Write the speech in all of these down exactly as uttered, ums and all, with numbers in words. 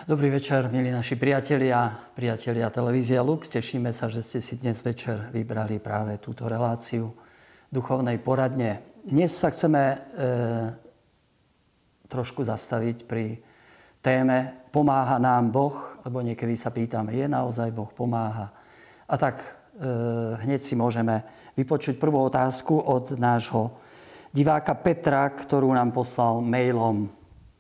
Dobrý večer, milí naši priatelia, priatelia televízia Lux. Tešíme sa, že ste si dnes večer vybrali práve túto reláciu duchovnej poradne. Dnes sa chceme e, trošku zastaviť pri téme Pomáha nám Boh, lebo niekedy sa pýtame, je naozaj Boh pomáha? A tak e, hneď si môžeme vypočuť prvú otázku od nášho diváka Petra, ktorú nám poslal mailom.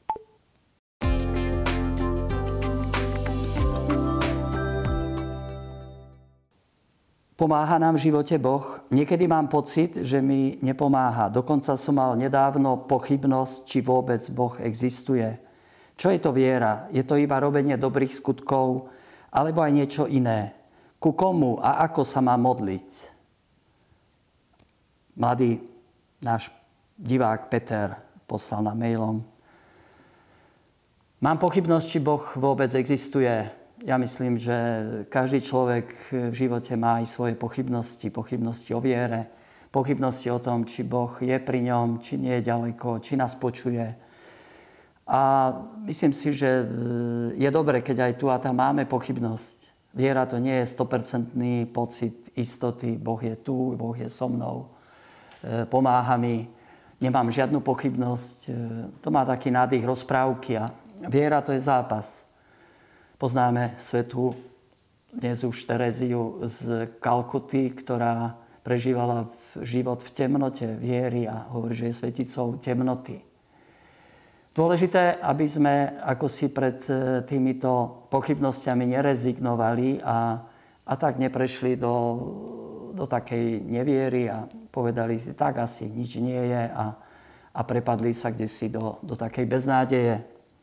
Pomáha nám v živote Boh? Niekedy mám pocit, že mi nepomáha. Dokonca som mal nedávno pochybnosť, či vôbec Boh existuje. Čo je to viera? Je to iba robenie dobrých skutkov, alebo aj niečo iné? Ku komu a ako sa má modliť? Mladý náš divák Peter poslal nám mailom. Mám pochybnosť, či Boh vôbec existuje. Ja myslím, že každý človek v živote má aj svoje pochybnosti. Pochybnosti o viere, pochybnosti o tom, či Boh je pri ňom, či nie je ďaleko, či nás počuje. A myslím si, že je dobre, keď aj tu a tam máme pochybnosť. Viera to nie je sto percent pocit istoty. Boh je tu, Boh je so mnou, pomáha mi. Nemám žiadnu pochybnosť. To má taký nádych rozprávky. A viera to je zápas. Poznáme svätú dnes už Tereziu z Kalkuty, ktorá prežívala život v temnote viery a hovorí, že je sveticou temnoty. Dôležité, aby sme ako si pred týmito pochybnosťami nerezignovali a, a tak neprešli do, do takej neviery a povedali si, tak asi nič nie je a, a prepadli sa kdesi do, do takej beznádeje.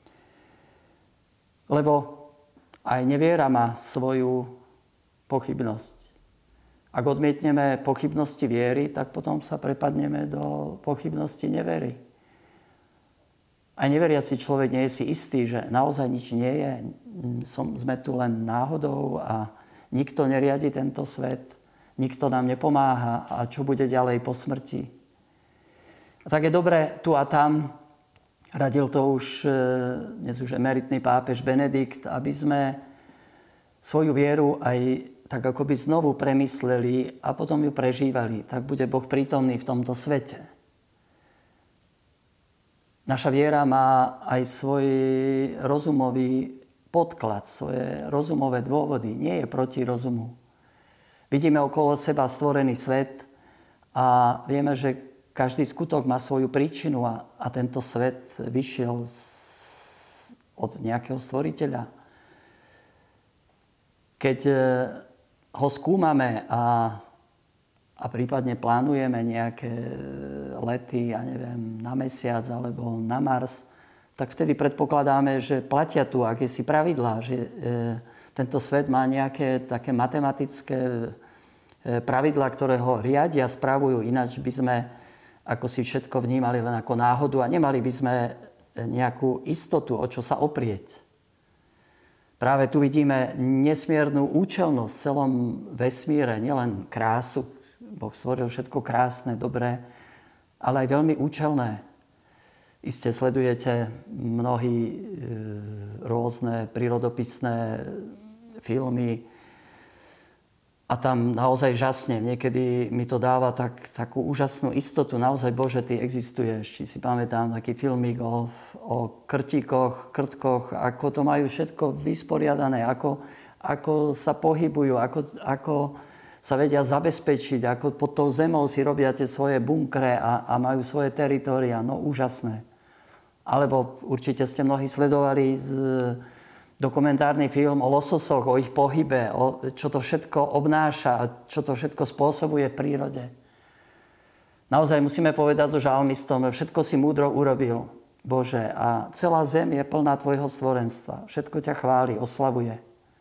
Lebo aj neviera má svoju pochybnosť. Ak odmietneme pochybnosti viery, tak potom sa prepadneme do pochybnosti nevery. Aj neveriaci človek nie je si istý, že naozaj nič nie je. Som, sme tu len náhodou a nikto neriadi tento svet, nikto nám nepomáha a čo bude ďalej po smrti. A tak je dobré tu a tam, radil to už dnes už emeritný pápež Benedikt, aby sme svoju vieru aj tak akoby znovu premysleli a potom ju prežívali. Tak bude Boh prítomný v tomto svete. Naša viera má aj svoj rozumový podklad, svoje rozumové dôvody. Nie je proti rozumu. Vidíme okolo seba stvorený svet a vieme, že každý skutok má svoju príčinu a, a tento svet vyšiel z, od nejakého stvoriteľa. Keď ho skúmame a, a prípadne plánujeme nejaké lety, ja neviem, na mesiac alebo na Mars, tak vtedy predpokladáme, že platia tu akési pravidlá, že e, tento svet má nejaké také matematické e, pravidlá, ktoré ho riadia, spravujú, ináč by sme ako si všetko vnímali len ako náhodu a nemali by sme nejakú istotu, o čo sa oprieť. Práve tu vidíme nesmiernu účelnosť v celom vesmíre, nielen krásu. Boh stvoril všetko krásne, dobré, ale aj veľmi účelné. Iste sledujete mnohí rôzne prírodopisné filmy, a tam naozaj žasnem. Niekedy mi to dáva tak, takú úžasnú istotu. Naozaj, Bože, Ty existuješ. Či si pamätám taký filmík o, o krtíkoch, krtkoch, ako to majú všetko vysporiadané, ako, ako sa pohybujú, ako, ako sa vedia zabezpečiť, ako pod tou zemou si robia tie svoje bunkre a, a majú svoje teritória. No, úžasné. Alebo určite ste mnohí sledovali z dokumentárny film o lososoch, o ich pohybe, o čo to všetko obnáša a čo to všetko spôsobuje v prírode. Naozaj musíme povedať so žalmistom, že všetko si múdro urobil, Bože, a celá zem je plná Tvojho stvorenstva. Všetko ťa chváli, oslavuje.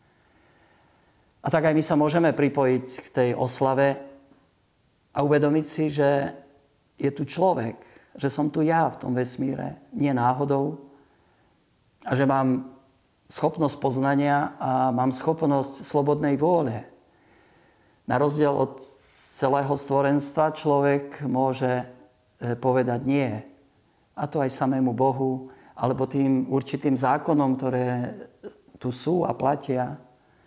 A tak aj my sa môžeme pripojiť k tej oslave a uvedomiť si, že je tu človek, že som tu ja v tom vesmíre, nie náhodou, a že mám schopnosť poznania a mám schopnosť slobodnej vôle. Na rozdiel od celého stvorenstva človek môže povedať nie. A to aj samému Bohu, alebo tým určitým zákonom, ktoré tu sú a platia.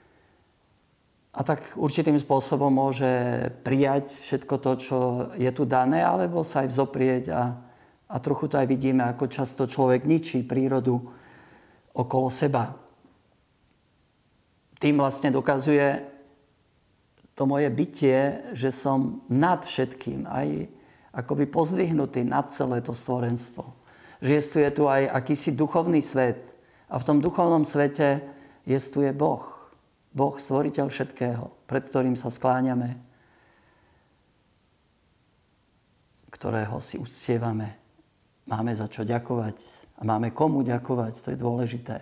A tak určitým spôsobom môže prijať všetko to, čo je tu dané, alebo sa aj vzoprieť a, a trochu to aj vidíme, ako často človek ničí prírodu okolo seba. Tým vlastne dokazuje to moje bytie, že som nad všetkým, aj akoby pozdvihnutý nad celé to stvorenstvo. Že je tu aj akýsi duchovný svet. A v tom duchovnom svete jestuje Boh. Boh, stvoriteľ všetkého, pred ktorým sa skláňame, ktorého si uctievame. Máme za čo ďakovať a máme komu ďakovať, to je dôležité.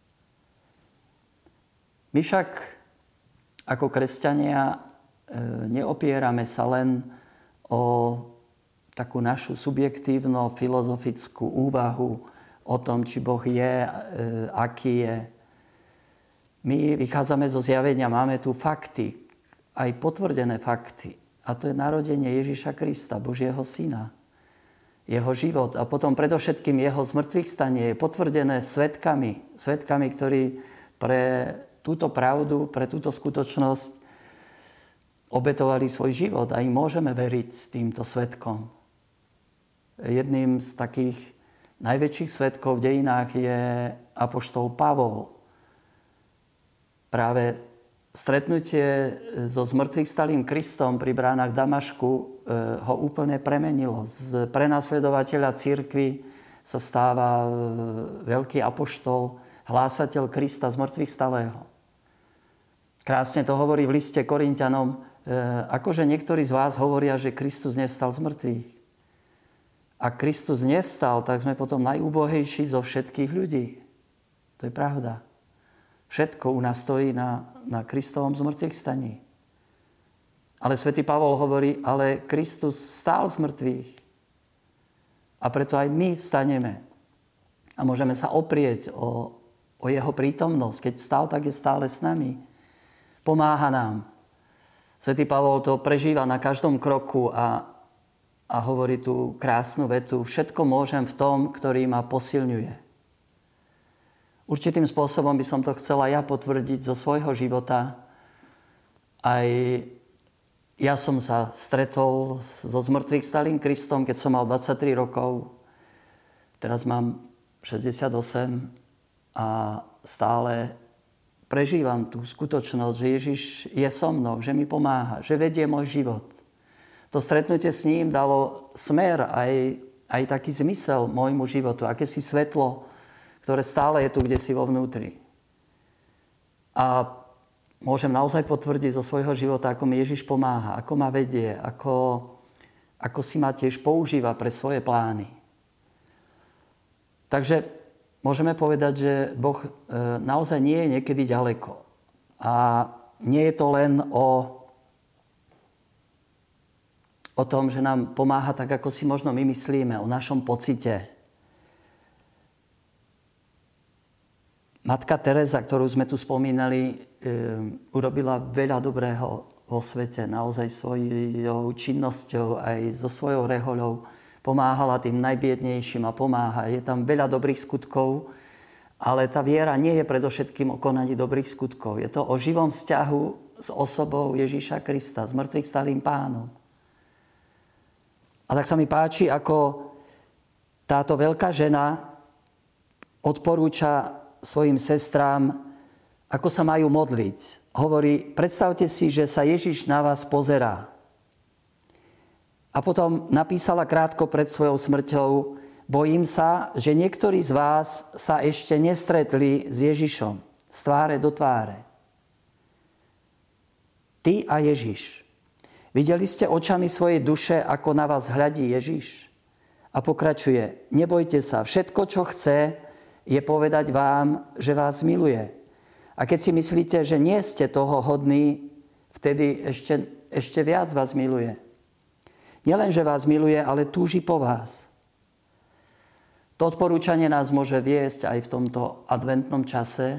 My však ako kresťania neopierame sa len o takú našu subjektívno-filozofickú úvahu o tom, či Boh je, aký je. My vychádzame zo zjavenia, máme tu fakty, aj potvrdené fakty. A to je narodenie Ježiša Krista, Božieho Syna. Jeho život a potom predovšetkým jeho zmrtvých stanie je potvrdené svedkami, svedkami, ktorí pre túto pravdu, pre túto skutočnosť obetovali svoj život a im môžeme veriť týmto svedkom. Jedným z takých najväčších svedkov v dejinách je apoštol Pavol. Práve stretnutie so zmrtvých stalým Kristom pri bránach Damašku ho úplne premenilo. Z prenasledovateľa cirkvi sa stáva veľký apoštol, hlásateľ Krista z mŕtvych stalého. Krásne to hovorí v liste Korinťanom, akože niektorí z vás hovoria, že Kristus nevstal z mŕtvych. Ak Kristus nevstal, tak sme potom najúbohejší zo všetkých ľudí. To je pravda. Všetko u nás stojí na, na Kristovom zmrtvých staní. Ale svätý Pavol hovorí, ale Kristus vstal z mŕtvych. A preto aj my vstaneme. A môžeme sa oprieť o, o jeho prítomnosť. Keď vstal, tak je stále s nami. Pomáha nám. Svätý Pavol to prežíva na každom kroku a, a hovorí tú krásnu vetu. Všetko môžem v tom, ktorý ma posilňuje. Určitým spôsobom by som to chcela ja potvrdiť zo svojho života. Aj ja som sa stretol so zmrtvých stalým Kristom, keď som mal dvadsaťtri rokov. Teraz mám šesťdesiatosem a stále prežívam tú skutočnosť, že Ježiš je so mnou, že mi pomáha, že vedie môj život. To stretnutie s ním dalo smer, aj, aj taký zmysel môjmu životu, akési svetlo, ktoré stále je tu kdesi vo vnútri. A môžem naozaj potvrdiť zo svojho života, ako mi Ježiš pomáha, ako ma vedie, ako, ako si ma tiež používa pre svoje plány. Takže môžeme povedať, že Boh naozaj nie je niekedy ďaleko. A nie je to len o, o tom, že nám pomáha tak, ako si možno my myslíme, o našom pocite. Matka Teresa, ktorú sme tu spomínali, urobila veľa dobrého vo svete. Naozaj svojou činnosťou, aj so svojou rehoľou pomáhala tým najbiednejším a pomáha. Je tam veľa dobrých skutkov, ale tá viera nie je predovšetkým o konaní dobrých skutkov. Je to o živom vzťahu s osobou Ježíša Krista, s mŕtvych stalým Pánom. A tak sa mi páči, ako táto veľká žena odporúča svojim sestrám, ako sa majú modliť. Hovorí, predstavte si, že sa Ježiš na vás pozerá. A potom napísala krátko pred svojou smrťou, bojím sa, že niektorí z vás sa ešte nestretli s Ježišom z tváre do tváre. Ty a Ježiš. Videli ste očami svojej duše, ako na vás hľadí Ježiš? A pokračuje, nebojte sa, všetko, čo chce, je povedať vám, že vás miluje. A keď si myslíte, že nie ste toho hodní, vtedy ešte, ešte viac vás miluje. Nielen, že vás miluje, ale túži po vás. To odporúčanie nás môže viesť aj v tomto adventnom čase.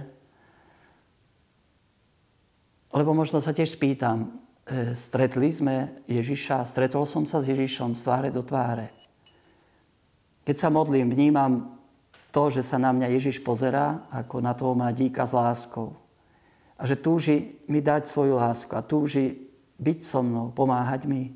Lebo možno sa tiež spýtam, stretli sme Ježiša, stretol som sa s Ježišom z tváre do tváre. Keď sa modlím, vnímam to, že sa na mňa Ježiš pozerá ako na toho mladíka s láskou. A že túži mi dať svoju lásku a túži byť so mnou, pomáhať mi.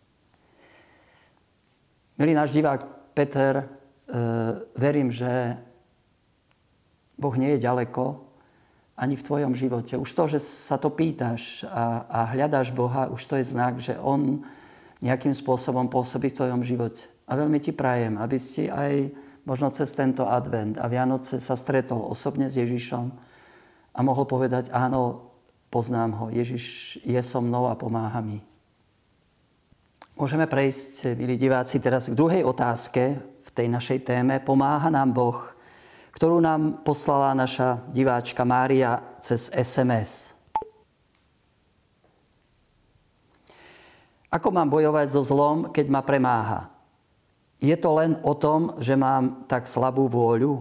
Milý náš divák Peter, e, verím, že Boh nie je ďaleko ani v tvojom živote. Už to, že sa to pýtaš a, a hľadáš Boha, už to je znak, že On nejakým spôsobom pôsobí v tvojom živote. A veľmi ti prajem, aby si aj možno cez tento advent a Vianoce sa stretol osobne s Ježišom a mohol povedať, áno, poznám ho, Ježiš je so mnou a pomáha mi. Môžeme prejsť, milí diváci, teraz k druhej otázke v tej našej téme. Pomáha nám Boh, ktorú nám poslala naša diváčka Mária cez es em es. Ako mám bojovať so zlom, keď ma premáha? Je to len o tom, že mám tak slabú vôľu?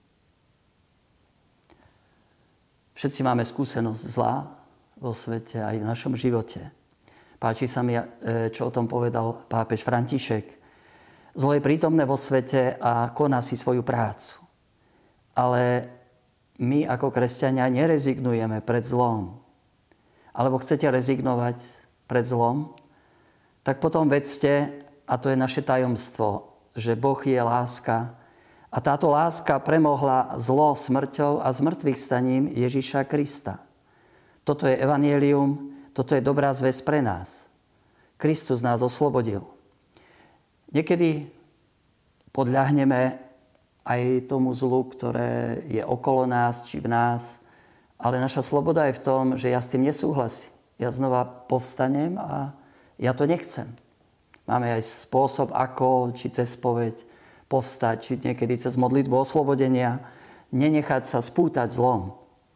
Všetci máme skúsenosť zla vo svete aj v našom živote. Páči sa mi, čo o tom povedal pápež František. Zlo je prítomné vo svete a koná si svoju prácu. Ale my ako kresťania nerezignujeme pred zlom. Alebo chcete rezignovať pred zlom? Tak potom vedzte, a to je naše tajomstvo, že Boh je láska. A táto láska premohla zlo smrťou a zmrtvých staním Ježiša Krista. Toto je evanjelium, toto je dobrá zvesť pre nás. Kristus nás oslobodil. Niekedy podľahneme aj tomu zlu, ktoré je okolo nás či v nás. Ale naša sloboda je v tom, že ja s tým nesúhlasím. Ja znova povstanem a ja to nechcem. Máme aj spôsob, ako, či cez spoveď povstať, či niekedy cez modlitbu oslobodenia, nenechať sa spútať zlom.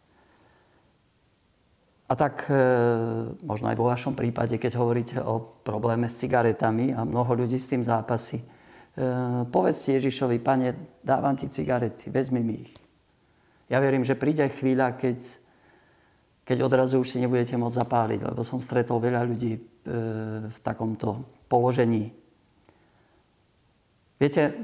A tak e, možno aj vo vašom prípade, keď hovoríte o probléme s cigaretami a mnoho ľudí s tým zápasí, povedzte Ježišovi, Pane, dávam ti cigarety, vezmi mi ich. Ja verím, že príde chvíľa, keď, keď odrazu už si nebudete môcť zapáliť, lebo som stretol veľa ľudí v takomto položení. Viete,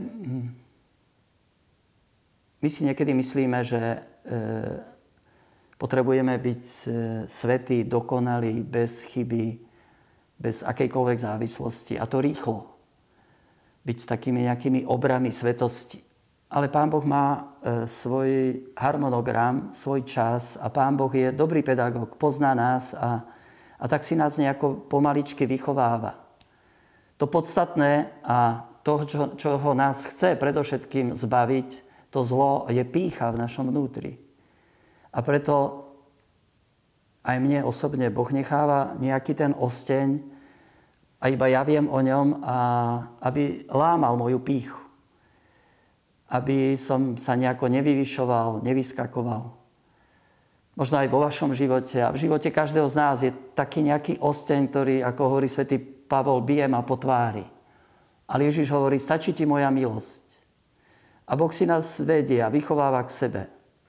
my si niekedy myslíme, že potrebujeme byť svätí, dokonalí, bez chyby, bez akejkoľvek závislosti. A to rýchlo. Byť s takými nejakými obrami svetosti. Ale Pán Boh má e, svoj harmonogram, svoj čas a Pán Boh je dobrý pedagóg, pozná nás a, a tak si nás nejako pomaličky vychováva. To podstatné a to, čo, čoho nás chce predovšetkým zbaviť, to zlo je pýcha v našom vnútri. A preto aj mne osobne Boh necháva nejaký ten osteň, a iba ja viem o ňom, a aby lámal moju pýchu. Aby som sa nejako nevyvyšoval, nevyskakoval. Možno aj vo vašom živote a v živote každého z nás je taký nejaký osteň, ktorý, ako hovorí svätý Pavol, bije ma po tvári. Ale Ježiš hovorí, stačí ti moja milosť. A Boh si nás vedie a vychováva k sebe.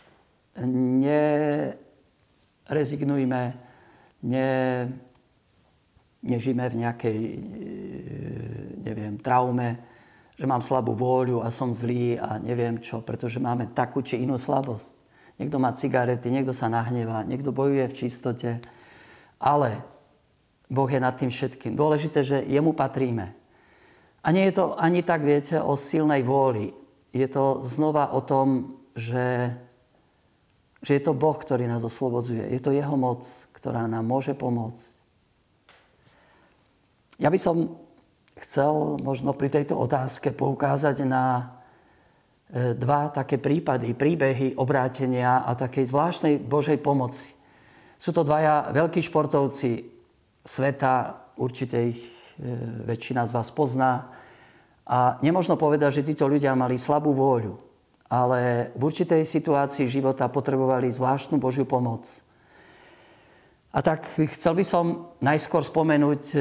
Nerezignujme, ne... nežijeme v nejakej, neviem, traume, že mám slabú vôľu a som zlý a neviem čo, pretože máme takú či inú slabosť. Niekto má cigarety, niekto sa nahnevá, niekto bojuje v čistote, ale Boh je nad tým všetkým. Dôležité, že jemu patríme. A nie je to ani tak, viete, o silnej vôli. Je to znova o tom, že, že je to Boh, ktorý nás oslobodzuje. Je to jeho moc, ktorá nám môže pomôcť. Ja by som chcel možno pri tejto otázke poukázať na dva také prípady, príbehy obrátenia a takej zvláštnej Božej pomoci. Sú to dvaja veľkí športovci sveta, určite ich väčšina z vás pozná. A nemožno povedať, že títo ľudia mali slabú vôľu, ale v určitej situácii života potrebovali zvláštnu Božiu pomoc. A tak chcel by som najskôr spomenúť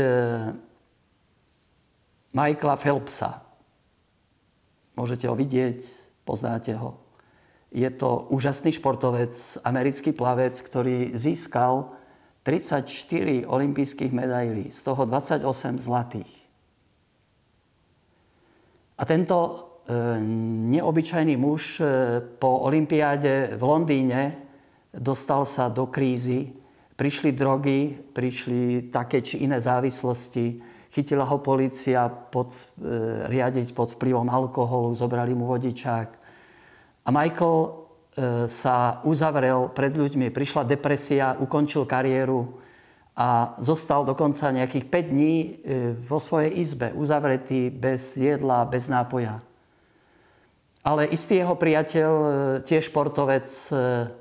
Michaela Phelpsa. Môžete ho vidieť, poznáte ho. Je to úžasný športovec, americký plavec, ktorý získal tridsaťštyri olympijských medailí, z toho dvadsaťosem zlatých. A tento neobyčajný muž po olympiáde v Londýne dostal sa do krízy. Prišli drogy, prišli také či iné závislosti. Chytila ho polícia pod, e, riadiť pod vplyvom alkoholu, zobrali mu vodičák. A Michael e, sa uzavrel pred ľuďmi. Prišla depresia, ukončil kariéru a zostal dokonca nejakých päť dní e, vo svojej izbe, uzavretý, bez jedla, bez nápoja. Ale istý jeho priateľ, e, tiež športovec, e,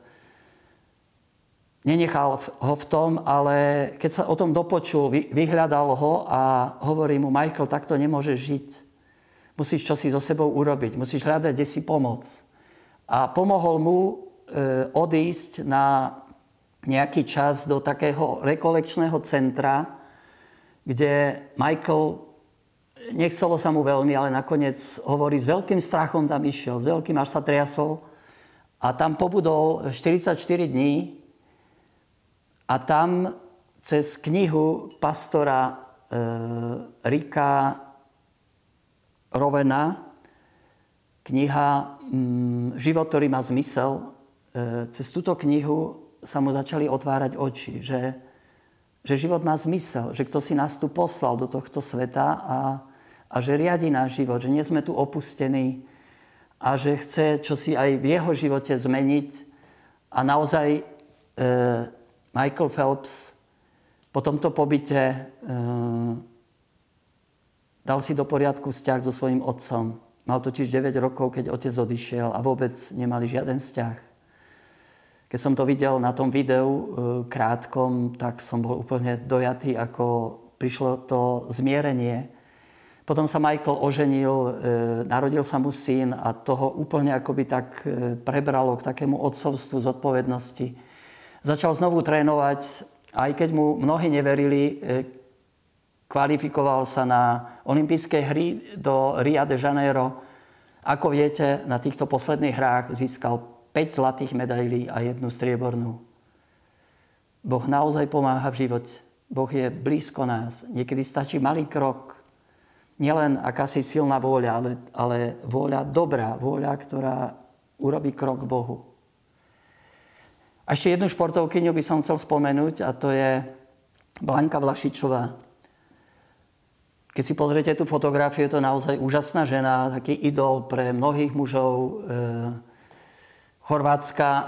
nenechal ho v tom, ale keď sa o tom dopočul, vyhľadal ho a hovorí mu: Michael, takto nemôžeš žiť. Musíš čosi so sebou urobiť, musíš hľadať kde si pomoc. A pomohol mu e, odísť na nejaký čas do takého rekolekčného centra, kde Michael, nechcelo sa mu veľmi, ale nakoniec hovorí, s veľkým strachom tam išiel, s veľkým, až sa triasol. A tam pobudol štyridsaťštyri dní. A tam cez knihu pastora e, Ricka Rovena, kniha mm, Život, ktorý má zmysel, e, cez túto knihu sa mu začali otvárať oči, že, že život má zmysel, že kto si nás tu poslal do tohto sveta a, a že riadi náš život, že nie sme tu opustení a že chce čosi aj v jeho živote zmeniť. A naozaj e, Michael Phelps po tomto pobyte e, dal si do poriadku vzťah so svojím otcom. Mal totiž deväť rokov, keď otec odišiel a vôbec nemali žiaden vzťah. Keď som to videl na tom videu e, krátkom, tak som bol úplne dojatý, ako prišlo to zmierenie. Potom sa Michael oženil, e, narodil sa mu syn a toho úplne akoby tak e, prebralo k takému otcovstvu zodpovednosti. Začal znovu trénovať, aj keď mu mnohí neverili, kvalifikoval sa na olympijské hry do Ria de Janeiro. Ako viete, na týchto posledných hrách získal päť zlatých medailí a jednu striebornú. Boh naozaj pomáha v živote. Boh je blízko nás. Niekedy stačí malý krok. Nielen akási silná vôľa, ale, ale vôľa dobrá, vôľa, ktorá urobí krok k Bohu. A ešte jednu športovkyňu by som chcel spomenúť, a to je Blanka Vlašičová. Keď si pozriete tú fotografiu, je to naozaj úžasná žena, taký idol pre mnohých mužov. E, chorvátska e,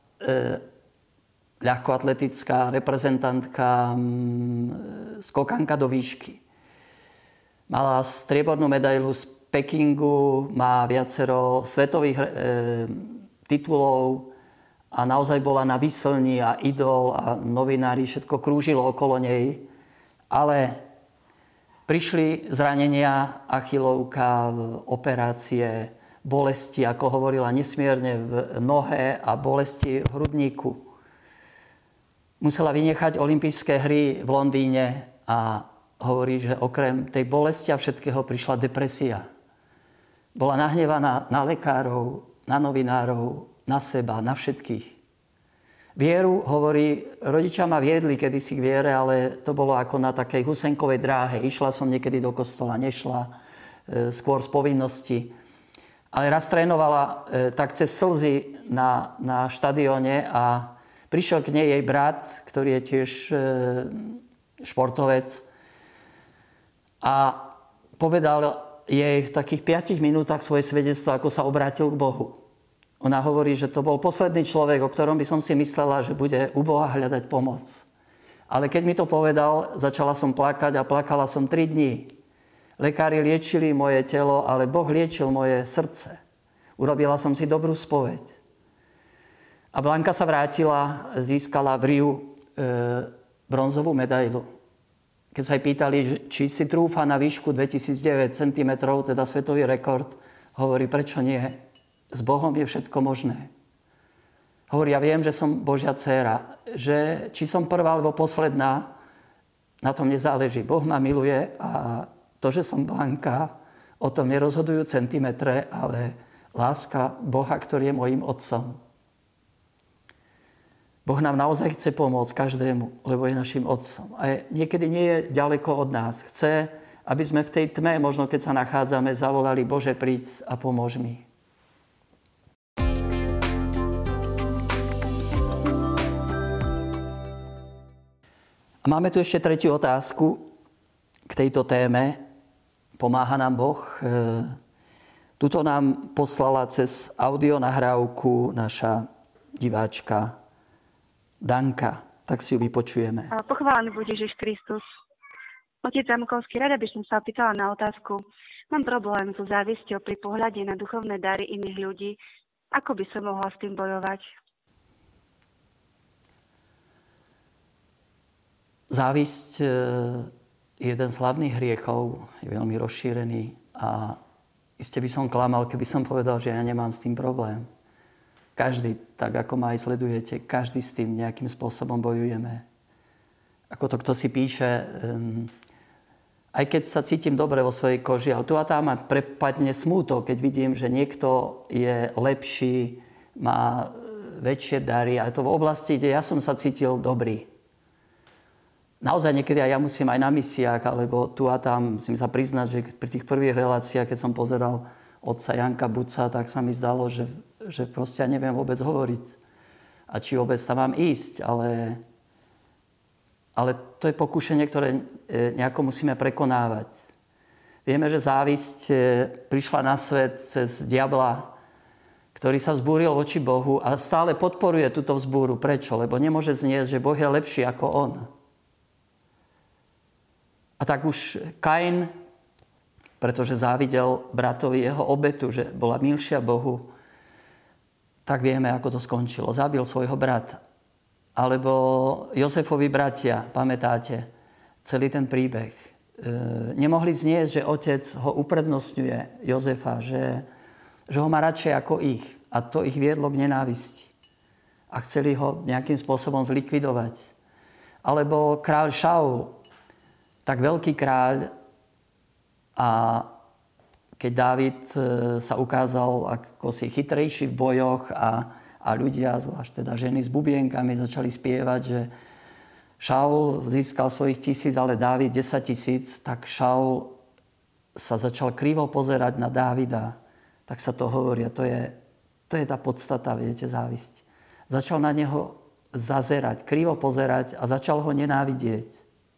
ľahkoatletická reprezentantka, m, skokanka do výšky. Mala striebornú medailu z Pekingu, má viacero svetových e, titulov, a naozaj bola na výslni a idol a novinári, všetko krúžilo okolo nej. Ale prišli zranenia, achilovka, operácie, bolesti, ako hovorila, nesmierne v nohe a bolesti v hrudníku. Musela vynechať olympijské hry v Londýne a hovorí, že okrem tej bolesti a všetkého prišla depresia. Bola nahnevaná na lekárov, na novinárov, na seba, na všetkých. Vieru, hovorí, rodičia ma viedli kedysi k viere, ale to bolo ako na takej husenkovej dráhe. Išla som niekedy do kostola, nešla, e, skôr z povinnosti. Ale raz trénovala e, tak cez slzy na, na štadióne a prišiel k nej jej brat, ktorý je tiež e, športovec a povedal jej v takých piatich minútach svoje svedectvo, ako sa obrátil k Bohu. Ona hovorí, že to bol posledný človek, o ktorom by som si myslela, že bude u Boha hľadať pomoc. Ale keď mi to povedal, začala som plakať a plakala som tri dní. Lekári liečili moje telo, ale Boh liečil moje srdce. Urobila som si dobrú spoveď. A Blanka sa vrátila, získala v Riu e, bronzovú medailu. Keď sa jej pýtali, či si trúfa na výšku dvetisícdeväť centimetrov, teda svetový rekord, hovorí, prečo nie? S Bohom je všetko možné. Hovorí, ja viem, že som Božia dcéra, že či som prvá alebo posledná, na tom nezáleží. Boh ma miluje a to, že som Blanka, o tom nerozhodujú centimetre, ale láska Boha, ktorý je mojím otcom. Boh nám naozaj chce pomôcť každému, lebo je našim otcom. A niekedy nie je ďaleko od nás. Chce, aby sme v tej tme, možno keď sa nachádzame, zavolali: Bože, príď a pomôž mi. A máme tu ešte tretiu otázku k tejto téme. Pomáha nám Boh? Tuto nám poslala cez audionahrávku naša diváčka Danka. Tak si ju vypočujeme. Pochválený buď Ježiš Kristus. Otec Zamkovský, rada by som sa opýtala na otázku. Mám problém so závisťou pri pohľade na duchovné dary iných ľudí. Ako by som mohla s tým bojovať? Závisť je jeden z hlavných hriechov, je veľmi rozšírený a iste by som klamal, keby som povedal, že ja nemám s tým problém. Každý, tak ako ma aj sledujete, každý s tým nejakým spôsobom bojujeme. Ako to kto si píše, aj keď sa cítim dobre vo svojej koži, ale tu a tam ma prepadne smútok, keď vidím, že niekto je lepší, má väčšie dary, a to v oblasti, kde ja som sa cítil dobrý. Naozaj niekedy aj ja musím aj na misiách, alebo tu a tam, musím sa priznať, že pri tých prvých reláciách, keď som pozeral otca Janka Buca, tak sa mi zdalo, že, že proste ja neviem vôbec hovoriť. A či vôbec tam mám ísť, ale, ale to je pokušenie, ktoré nejako musíme prekonávať. Vieme, že závisť prišla na svet cez diabla, ktorý sa vzbúril voči Bohu a stále podporuje túto vzbúru. Prečo? Lebo nemôže zniesť, že Boh je lepší ako on. A tak už Kain, pretože závidel bratovi jeho obetu, že bola milšia Bohu, tak vieme, ako to skončilo. Zabil svojho brata. Alebo Jozefovi bratia, pamätáte, celý ten príbeh. E, nemohli zniesť, že otec ho uprednostňuje, Jozefa, že, že ho má radšej ako ich. A to ich viedlo k nenávisti. A chceli ho nejakým spôsobom zlikvidovať. Alebo kráľ Šaul, tak veľký kráľ, a keď Dávid sa ukázal ako si chytrejší v bojoch a, a ľudia, zvlášť teda ženy s bubienkami, začali spievať, že Šaul získal svojich tisíc, ale Dávid desať tisíc, tak Šaul sa začal krivo pozerať na Dávida. Tak sa to hovorí. A to je, to je tá podstata, viete, závisť. Začal na neho zazerať, krivo pozerať a začal ho nenávidieť.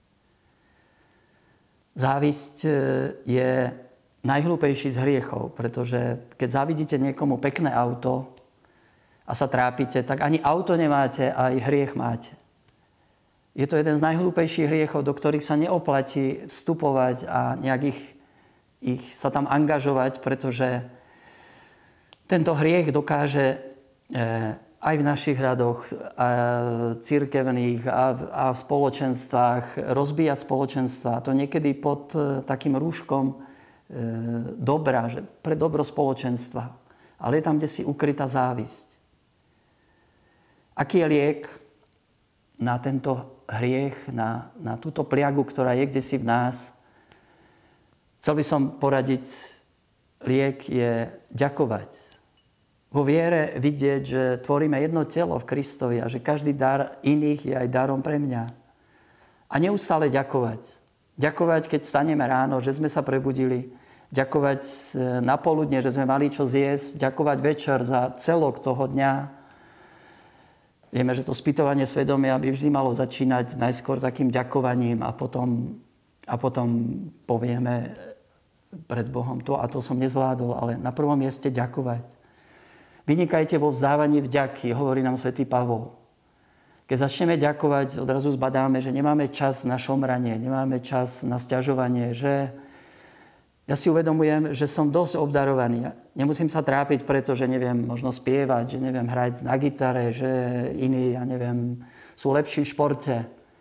Závisť je najhlúpejší z hriechov, pretože keď závidíte niekomu pekné auto a sa trápite, tak ani auto nemáte, aj hriech máte. Je to jeden z najhlúpejších hriechov, do ktorých sa neoplatí vstupovať a nejak ich, ich sa tam angažovať, pretože tento hriech dokáže aj v našich radoch cirkevných a, a v spoločenstvách rozbíjať spoločenstva. To niekedy pod takým rúškom e, dobra, že pre dobro spoločenstva. Ale je tam, kde si ukrytá závisť. Aký je liek na tento hriech, na, na túto pliagu, ktorá je kdesi v nás? Chcel by som poradiť, liek je ďakovať. Vo viere vidieť, že tvoríme jedno telo v Kristovi a že každý dar iných je aj darom pre mňa. A neustále ďakovať. Ďakovať, keď staneme ráno, že sme sa prebudili. Ďakovať na poludne, že sme mali čo zjesť. Ďakovať večer za celok toho dňa. Vieme, že to spýtovanie svedomia by vždy malo začínať najskôr takým ďakovaním a potom, a potom povieme pred Bohom to a to som nezvládol, ale na prvom mieste ďakovať. Vynikajte vo vzdávaní vďaky, hovorí nám svätý Pavol. Keď začneme ďakovať, odrazu zbadáme, že nemáme čas na šomranie, nemáme čas na sťažovanie, že ja si uvedomujem, že som dosť obdarovaný. Nemusím sa trápiť, pretože neviem možno spievať, že neviem hrať na gitare, že iní, ja neviem, sú lepší v športe.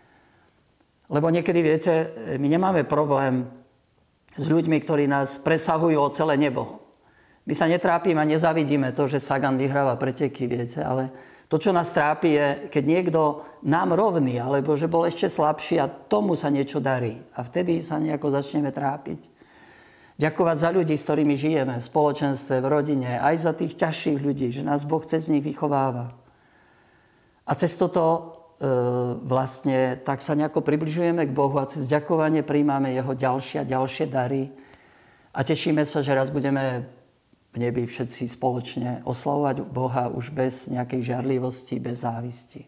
Lebo niekedy, viete, my nemáme problém s ľuďmi, ktorí nás presahujú o celé nebo. My sa netrápime a nezavidíme to, že Sagan vyhráva preteky, viete, ale to, čo nás trápi, je, keď niekto nám rovný, alebo že bol ešte slabší a tomu sa niečo darí. A vtedy sa nejako začneme trápiť. Ďakovať za ľudí, s ktorými žijeme, v spoločenstve, v rodine, aj za tých ťažších ľudí, že nás Boh cez nich vychováva. A cez toto vlastne tak sa nejako približujeme k Bohu a cez ďakovanie príjmame jeho ďalšie a ďalšie dary a tešíme sa, že raz budeme v nebi všetci spoločne oslavovať Boha už bez nejakej žiarlivosti, bez závisti.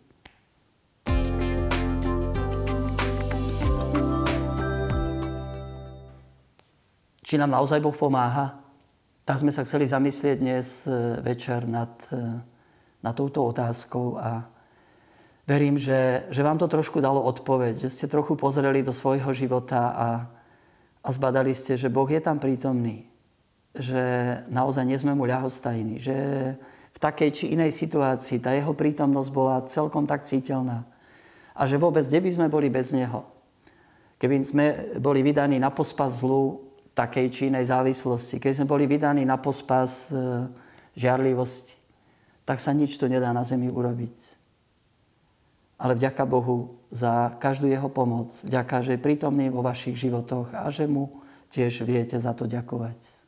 Či nám naozaj Boh pomáha? Tak sme sa chceli zamyslieť dnes večer nad, nad touto otázkou a verím, že, že vám to trošku dalo odpoveď, že ste trochu pozreli do svojho života a, a zbadali ste, že Boh je tam prítomný, že naozaj nie sme mu ľahostajní, že v takej či inej situácii tá jeho prítomnosť bola celkom tak citeľná a že vôbec kde by sme boli bez neho. Keby sme boli vydaní na pospas zlu takej či inej závislosti, keď sme boli vydaní na pospas e, žiarlivosti, tak sa nič tu nedá na zemi urobiť. Ale vďaka Bohu za každú jeho pomoc, vďaka, že je prítomný vo vašich životoch a že mu tiež viete za to ďakovať.